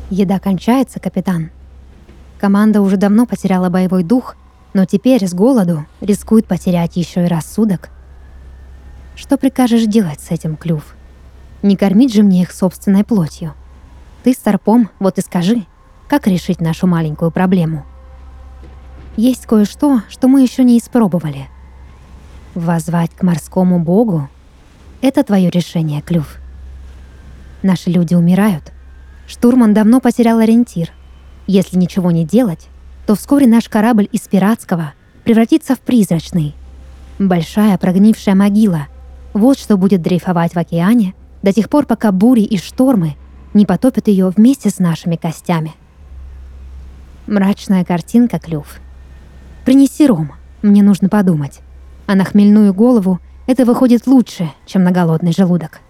Еда кончается, капитан. Команда уже давно потеряла боевой дух, но теперь с голоду рискует потерять еще и рассудок. Что прикажешь делать с этим, Клюв? Не кормить же мне их собственной плотью. Ты с Старпом вот и скажи, как решить нашу маленькую проблему. Есть кое-что, что мы еще не испробовали. Воззвать к морскому богу — это твое решение, Клюв. Наши люди умирают. Штурман давно потерял ориентир. Если ничего не делать, то вскоре наш корабль из пиратского превратится в призрачный. Большая прогнившая могила — вот что будет дрейфовать в океане до тех пор, пока бури и штормы не потопят ее вместе с нашими костями. Мрачная картинка, Клюв. Принеси ром, мне нужно подумать. А на хмельную голову это выходит лучше, чем на голодный желудок.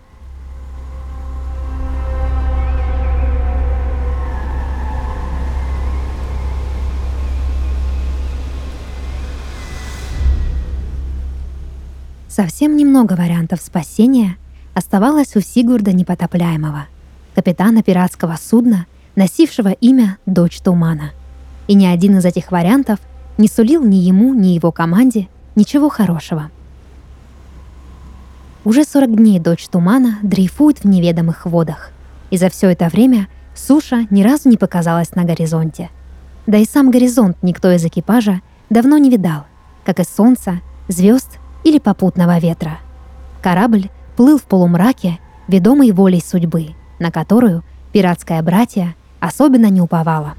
Совсем немного вариантов спасения оставалось у Сигурда Непотопляемого, капитана пиратского судна, носившего имя Дочь Тумана. И ни один из этих вариантов не сулил ни ему, ни его команде ничего хорошего. Уже 40 дней Дочь Тумана дрейфует в неведомых водах, и за все это время суша ни разу не показалась на горизонте. Да и сам горизонт никто из экипажа давно не видал, как и солнца, звезд или попутного ветра. Корабль плыл в полумраке, ведомый волей судьбы, на которую пиратское братья особенно не уповало.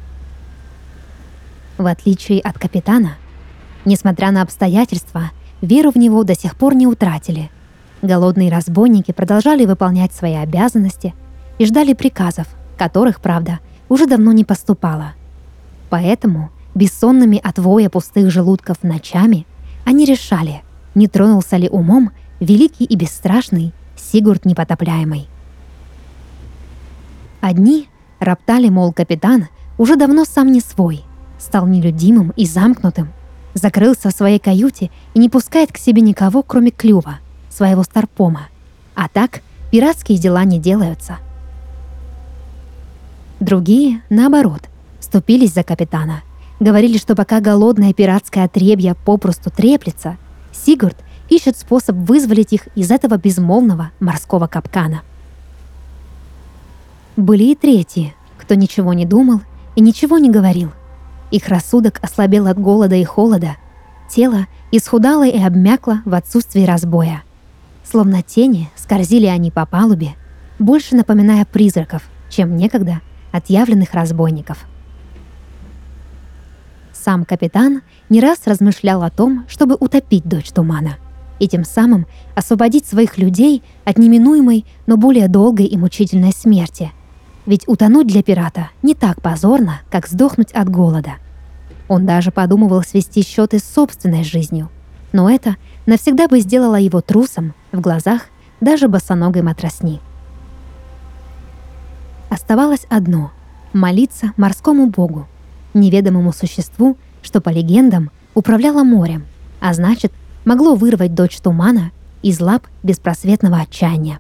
В отличие от капитана, несмотря на обстоятельства, веру в него до сих пор не утратили. Голодные разбойники продолжали выполнять свои обязанности и ждали приказов, которых, правда, уже давно не поступало. Поэтому бессонными от воя пустых желудков ночами они решали, не тронулся ли умом великий и бесстрашный Сигурд Непотопляемый. Одни роптали, мол, капитан уже давно сам не свой, стал нелюдимым и замкнутым, закрылся в своей каюте и не пускает к себе никого, кроме Клюва, своего Старпома. А так пиратские дела не делаются. Другие, наоборот, вступились за капитана. Говорили, что пока голодное пиратское отребье попросту треплется, Сигурд ищет способ вызволить их из этого безмолвного морского капкана. Были и третьи, кто ничего не думал и ничего не говорил. Их рассудок ослабел от голода и холода, тело исхудало и обмякло в отсутствии разбоя. Словно тени скользили они по палубе, больше напоминая призраков, чем некогда отъявленных разбойников. Сам капитан не раз размышлял о том, чтобы утопить Дочь Тумана и тем самым освободить своих людей от неминуемой, но более долгой и мучительной смерти. Ведь утонуть для пирата не так позорно, как сдохнуть от голода. Он даже подумывал свести счеты с собственной жизнью, но это навсегда бы сделало его трусом в глазах даже босоногой матросни. Оставалось одно — молиться морскому богу, неведомому существу, что, по легендам, управляло морем, а значит, могло вырвать Дочь Тумана из лап беспросветного отчаяния.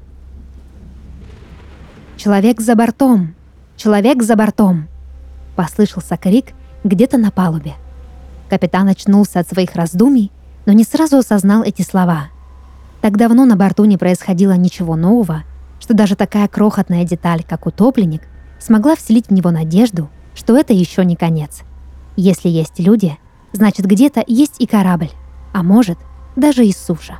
«Человек за бортом! Человек за бортом!» — послышался крик где-то на палубе. Капитан очнулся от своих раздумий, но не сразу осознал эти слова. Так давно на борту не происходило ничего нового, что даже такая крохотная деталь, как утопленник, смогла вселить в него надежду, что это еще не конец. Если есть люди, значит, где-то есть и корабль, а может, даже и суша.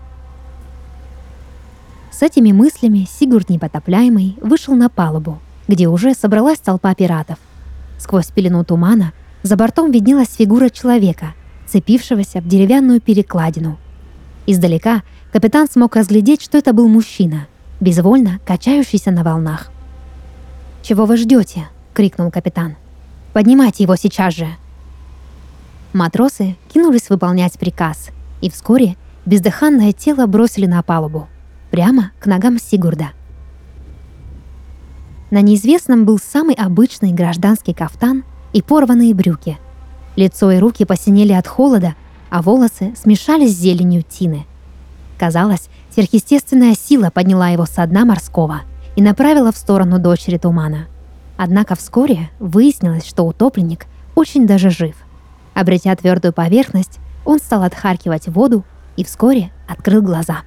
С этими мыслями Сигурд Непотопляемый вышел на палубу, где уже собралась толпа пиратов. Сквозь пелену тумана за бортом виднелась фигура человека, цепившегося в деревянную перекладину. Издалека капитан смог разглядеть, что это был мужчина, безвольно качающийся на волнах. «Чего вы ждете?» — крикнул капитан. «Поднимайте его сейчас же!» Матросы кинулись выполнять приказ, и вскоре бездыханное тело бросили на палубу, прямо к ногам Сигурда. На неизвестном был самый обычный гражданский кафтан и порванные брюки. Лицо и руки посинели от холода, а волосы смешались с зеленью тины. Казалось, сверхъестественная сила подняла его со дна морского и направила в сторону Дочери Тумана. Однако вскоре выяснилось, что утопленник очень даже жив. Обретя твердую поверхность, он стал отхаркивать воду и вскоре открыл глаза.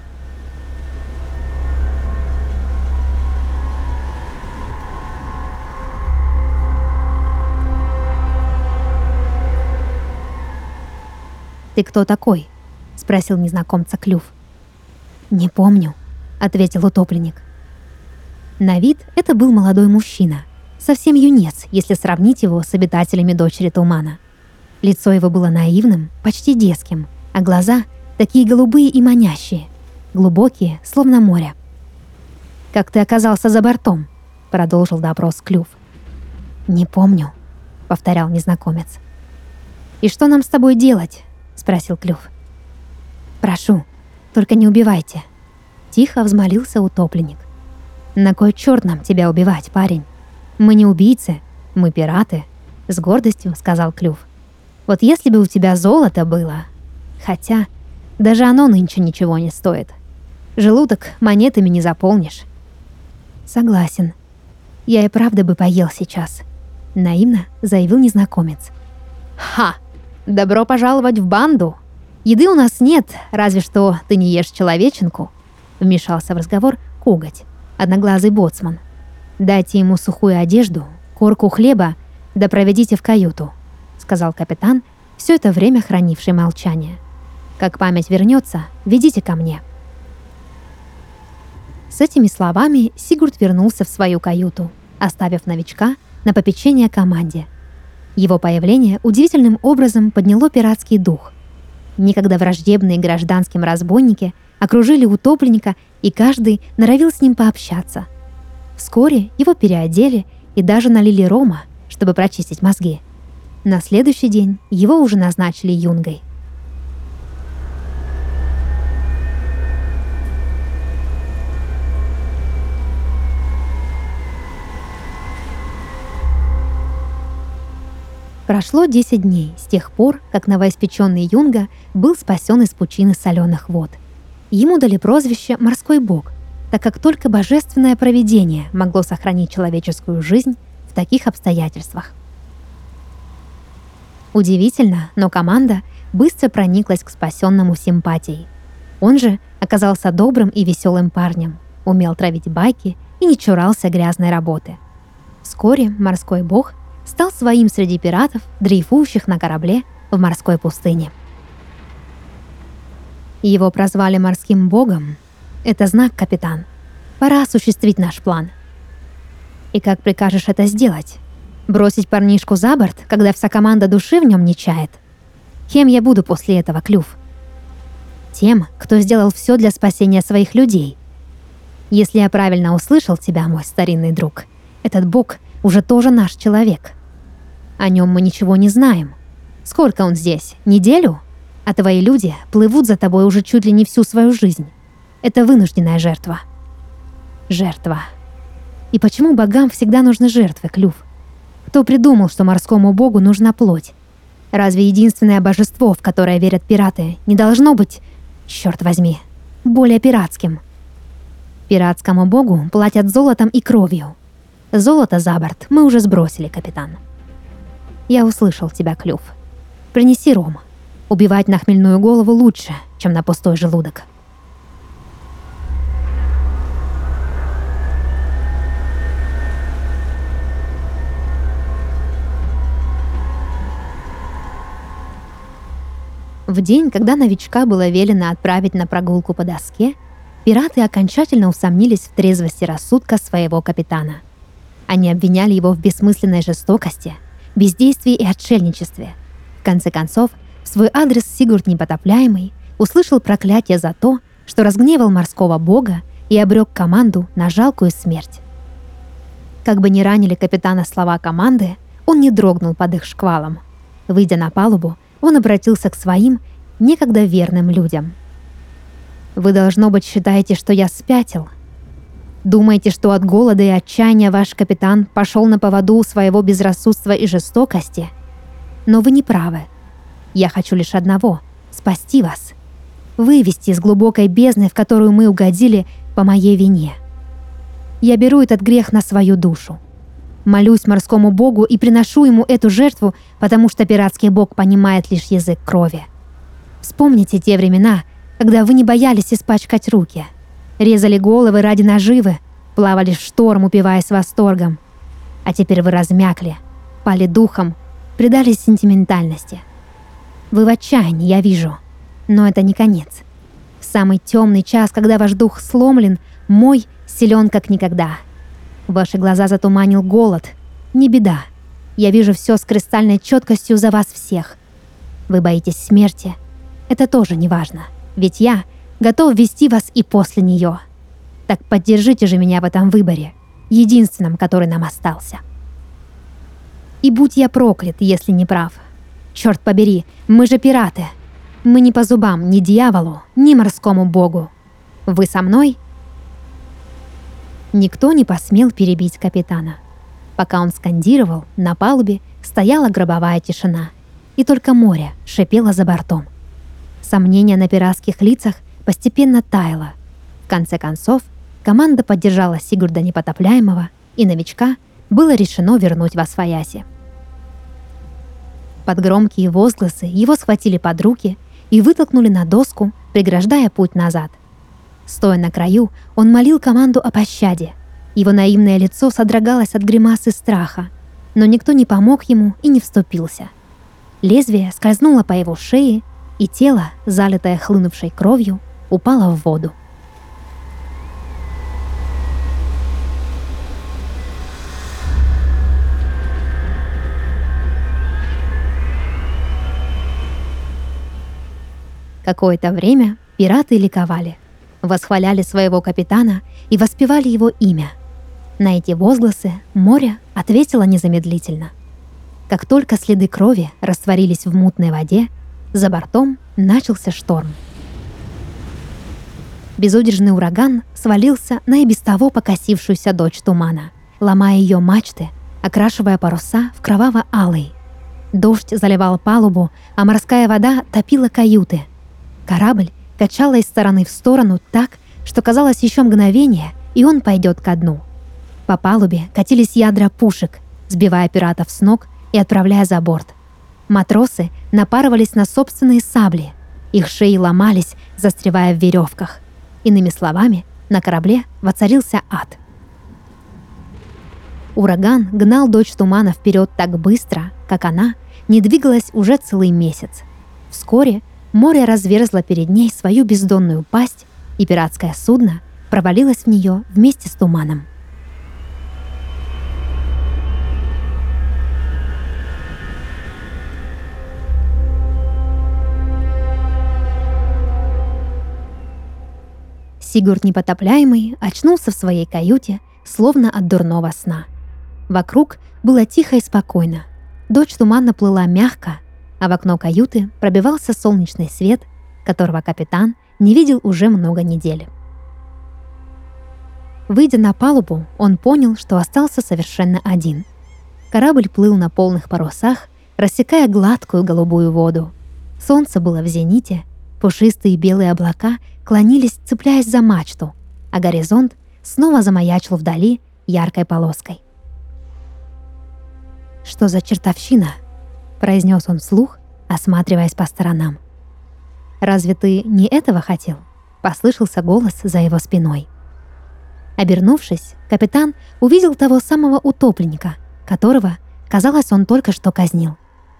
«Ты кто такой?» — спросил незнакомца Клюв. «Не помню», — ответил утопленник. На вид это был молодой мужчина, совсем юнец, если сравнить его с обитателями дочери тумана. Лицо его было наивным, почти детским, а глаза такие голубые и манящие, глубокие, словно море. «Как ты оказался за бортом?» — продолжил допрос Клюв. «Не помню», — повторял незнакомец. «И что нам с тобой делать?» — спросил Клюв. «Прошу, только не убивайте», — тихо взмолился утопленник. «На кой черт нам тебя убивать, парень? Мы не убийцы, мы пираты», — с гордостью сказал Клюв. «Вот если бы у тебя золото было... Хотя даже оно нынче ничего не стоит. Желудок монетами не заполнишь». «Согласен. Я и правда бы поел сейчас», — наивно заявил незнакомец. «Ха! Добро пожаловать в банду! Еды у нас нет, разве что ты не ешь человеченку», — вмешался в разговор Коготь, одноглазый боцман. «Дайте ему сухую одежду, корку хлеба, да проведите в каюту», — сказал капитан, все это время хранивший молчание. «Как память вернется, ведите ко мне». С этими словами Сигурд вернулся в свою каюту, оставив новичка на попечение команде. Его появление удивительным образом подняло пиратский дух. Некогда враждебные гражданским разбойники окружили утопленника, и каждый норовил с ним пообщаться. Вскоре его переодели и даже налили рома, чтобы прочистить мозги. На следующий день его уже назначили юнгой. Прошло 10 дней с тех пор, как новоиспеченный юнга был спасен из пучины соленых вод. Ему дали прозвище «Морской бог», так как только божественное провидение могло сохранить человеческую жизнь в таких обстоятельствах. Удивительно, но команда быстро прониклась к спасенному симпатией. Он же оказался добрым и веселым парнем, умел травить байки и не чурался грязной работы. Вскоре морской бог стал своим среди пиратов, дрейфующих на корабле в морской пустыне. Его прозвали морским богом. Это знак, капитан. Пора осуществить наш план. И как прикажешь это сделать? Бросить парнишку за борт, когда вся команда души в нем не чает? Кем я буду после этого, Клюв? Тем, кто сделал все для спасения своих людей. Если я правильно услышал тебя, мой старинный друг, этот бог уже тоже наш человек. О нем мы ничего не знаем. Сколько он здесь? Неделю? А твои люди плывут за тобой уже чуть ли не всю свою жизнь. Это вынужденная жертва. Жертва. И почему богам всегда нужны жертвы, Клюв? Кто придумал, что морскому богу нужна плоть? Разве единственное божество, в которое верят пираты, не должно быть, черт возьми, более пиратским? Пиратскому богу платят золотом и кровью. Золото за борт мы уже сбросили, капитан. Я услышал тебя, Клюв. Принеси ром. Убивать на хмельную голову лучше, чем на пустой желудок. В день, когда новичка было велено отправить на прогулку по доске, пираты окончательно усомнились в трезвости рассудка своего капитана. Они обвиняли его в бессмысленной жестокости, бездействии и отшельничестве. В конце концов, в свой адрес Сигурд Непотопляемый услышал проклятие за то, что разгневал морского бога и обрек команду на жалкую смерть. Как бы ни ранили капитана слова команды, он не дрогнул под их шквалом. Выйдя на палубу, он обратился к своим, некогда верным людям. «Вы, должно быть, считаете, что я спятил? Думаете, что от голода и отчаяния ваш капитан пошел на поводу у своего безрассудства и жестокости? Но вы не правы. Я хочу лишь одного — спасти вас. Вывести из глубокой бездны, в которую мы угодили по моей вине. Я беру этот грех на свою душу. Молюсь морскому богу и приношу ему эту жертву, потому что пиратский бог понимает лишь язык крови. Вспомните те времена, когда вы не боялись испачкать руки, резали головы ради наживы, плавали в шторм, упиваясь восторгом. А теперь вы размякли, пали духом, предались сентиментальности. Вы в отчаянии, я вижу, но это не конец. В самый темный час, когда ваш дух сломлен, мой силен как никогда. Ваши глаза затуманил голод. Не беда. Я вижу все с кристальной четкостью за вас всех. Вы боитесь смерти. Это тоже не важно. Ведь я готов вести вас и после нее. Так поддержите же меня в этом выборе, единственном, который нам остался. И будь я проклят, если не прав. Черт побери, мы же пираты. Мы не по зубам ни дьяволу, ни морскому богу. Вы со мной? Никто не посмел перебить капитана. Пока он скандировал, на палубе стояла гробовая тишина, и только море шипело за бортом. Сомнение на пиратских лицах постепенно таяло. В конце концов, команда поддержала Сигурда Непотопляемого, и новичка было решено вернуть восвояси. Под громкие возгласы его схватили под руки и вытолкнули на доску, преграждая путь назад. Стоя на краю, он молил команду о пощаде. Его наивное лицо содрогалось от гримасы страха, но никто не помог ему и не вступился. Лезвие скользнуло по его шее, и тело, залитое хлынувшей кровью, упало в воду. Какое-то время пираты ликовали, восхваляли своего капитана и воспевали его имя. На эти возгласы море ответило незамедлительно. Как только следы крови растворились в мутной воде, за бортом начался шторм. Безудержный ураган свалился на и без того покосившуюся дочь тумана, ломая ее мачты, окрашивая паруса в кроваво-алый. Дождь заливал палубу, а морская вода топила каюты. Корабль качало из стороны в сторону так, что казалось еще мгновение, и он пойдет ко дну. По палубе катились ядра пушек, сбивая пиратов с ног и отправляя за борт. Матросы напарывались на собственные сабли. Их шеи ломались, застревая в веревках. Иными словами, на корабле воцарился ад. Ураган гнал дочь тумана вперед так быстро, как она не двигалась уже целый месяц. Вскоре море разверзло перед ней свою бездонную пасть, и пиратское судно провалилось в нее вместе с туманом. Сигурд Непотопляемый очнулся в своей каюте, словно от дурного сна. Вокруг было тихо и спокойно. Дочь тумана плыла мягко, а в окно каюты пробивался солнечный свет, которого капитан не видел уже много недель. Выйдя на палубу, он понял, что остался совершенно один. Корабль плыл на полных парусах, рассекая гладкую голубую воду. Солнце было в зените, пушистые белые облака клонились, цепляясь за мачту, а горизонт снова замаячил вдали яркой полоской. «Что за чертовщина?» — произнес он вслух, осматриваясь по сторонам. «Разве ты не этого хотел?» — послышался голос за его спиной. Обернувшись, капитан увидел того самого утопленника, которого, казалось, он только что казнил.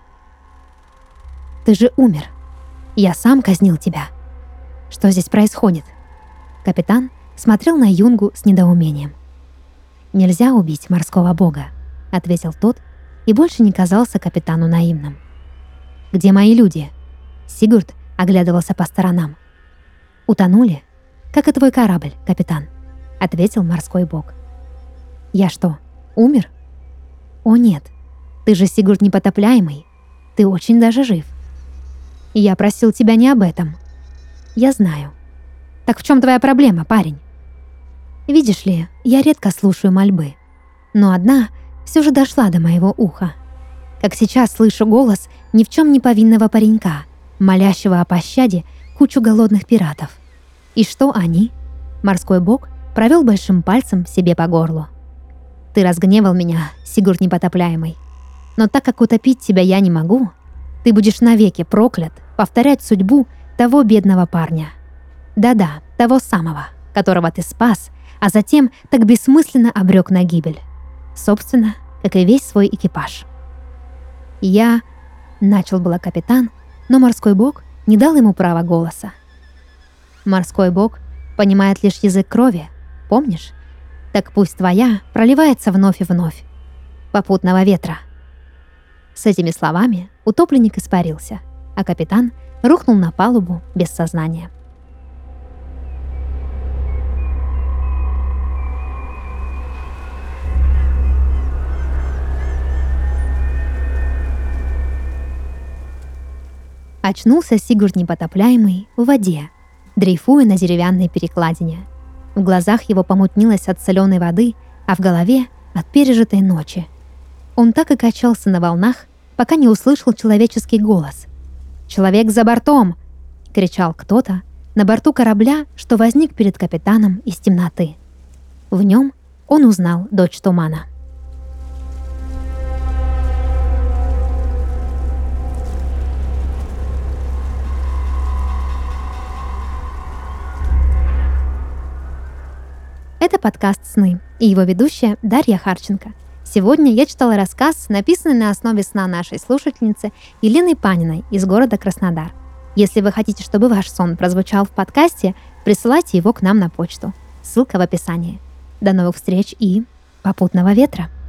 «Ты же умер. Я сам казнил тебя. Что здесь происходит?» Капитан смотрел на Юнгу с недоумением. «Нельзя убить морского бога», — ответил тот, и больше не казался капитану наивным. «Где мои люди?» Сигурд оглядывался по сторонам. «Утонули? Как и твой корабль, капитан», — ответил морской бог. «Я что, умер?» «О нет, ты же Сигурд Непотопляемый. Ты очень даже жив». «Я просил тебя не об этом». «Я знаю. Так в чем твоя проблема, парень?» «Видишь ли, я редко слушаю мольбы, но одна все же дошла до моего уха. Как сейчас слышу голос ни в чем не повинного паренька, молящего о пощаде кучу голодных пиратов. И что они?» Морской бог провел большим пальцем себе по горлу. Ты разгневал меня, Сигурд Непотопляемый. Но так как утопить тебя я не могу, ты будешь навеки проклят повторять судьбу того бедного парня. Да-да, того самого, которого ты спас, а затем так бессмысленно обрек на гибель. Собственно, как и весь свой экипаж. Я... Начал было капитан, но морской бог не дал ему права голоса. Морской бог понимает лишь язык крови, помнишь? Так пусть твоя проливается вновь и вновь. Попутного ветра. С этими словами утопленник испарился, а капитан рухнул на палубу без сознания. Очнулся Сигурд Непотопляемый в воде, дрейфуя на деревянной перекладине. В глазах его помутнилось от соленой воды, а в голове — от пережитой ночи. Он так и качался на волнах, пока не услышал человеческий голос. «Человек за бортом!» — кричал кто-то на борту корабля, что возник перед капитаном из темноты. В нем он узнал дочь тумана. Это подкаст «Сны» и его ведущая Дарья Харченко. Сегодня я читала рассказ, написанный на основе сна нашей слушательницы Елены Паниной из города Краснодар. Если вы хотите, чтобы ваш сон прозвучал в подкасте, присылайте его к нам на почту. Ссылка в описании. До новых встреч и попутного ветра!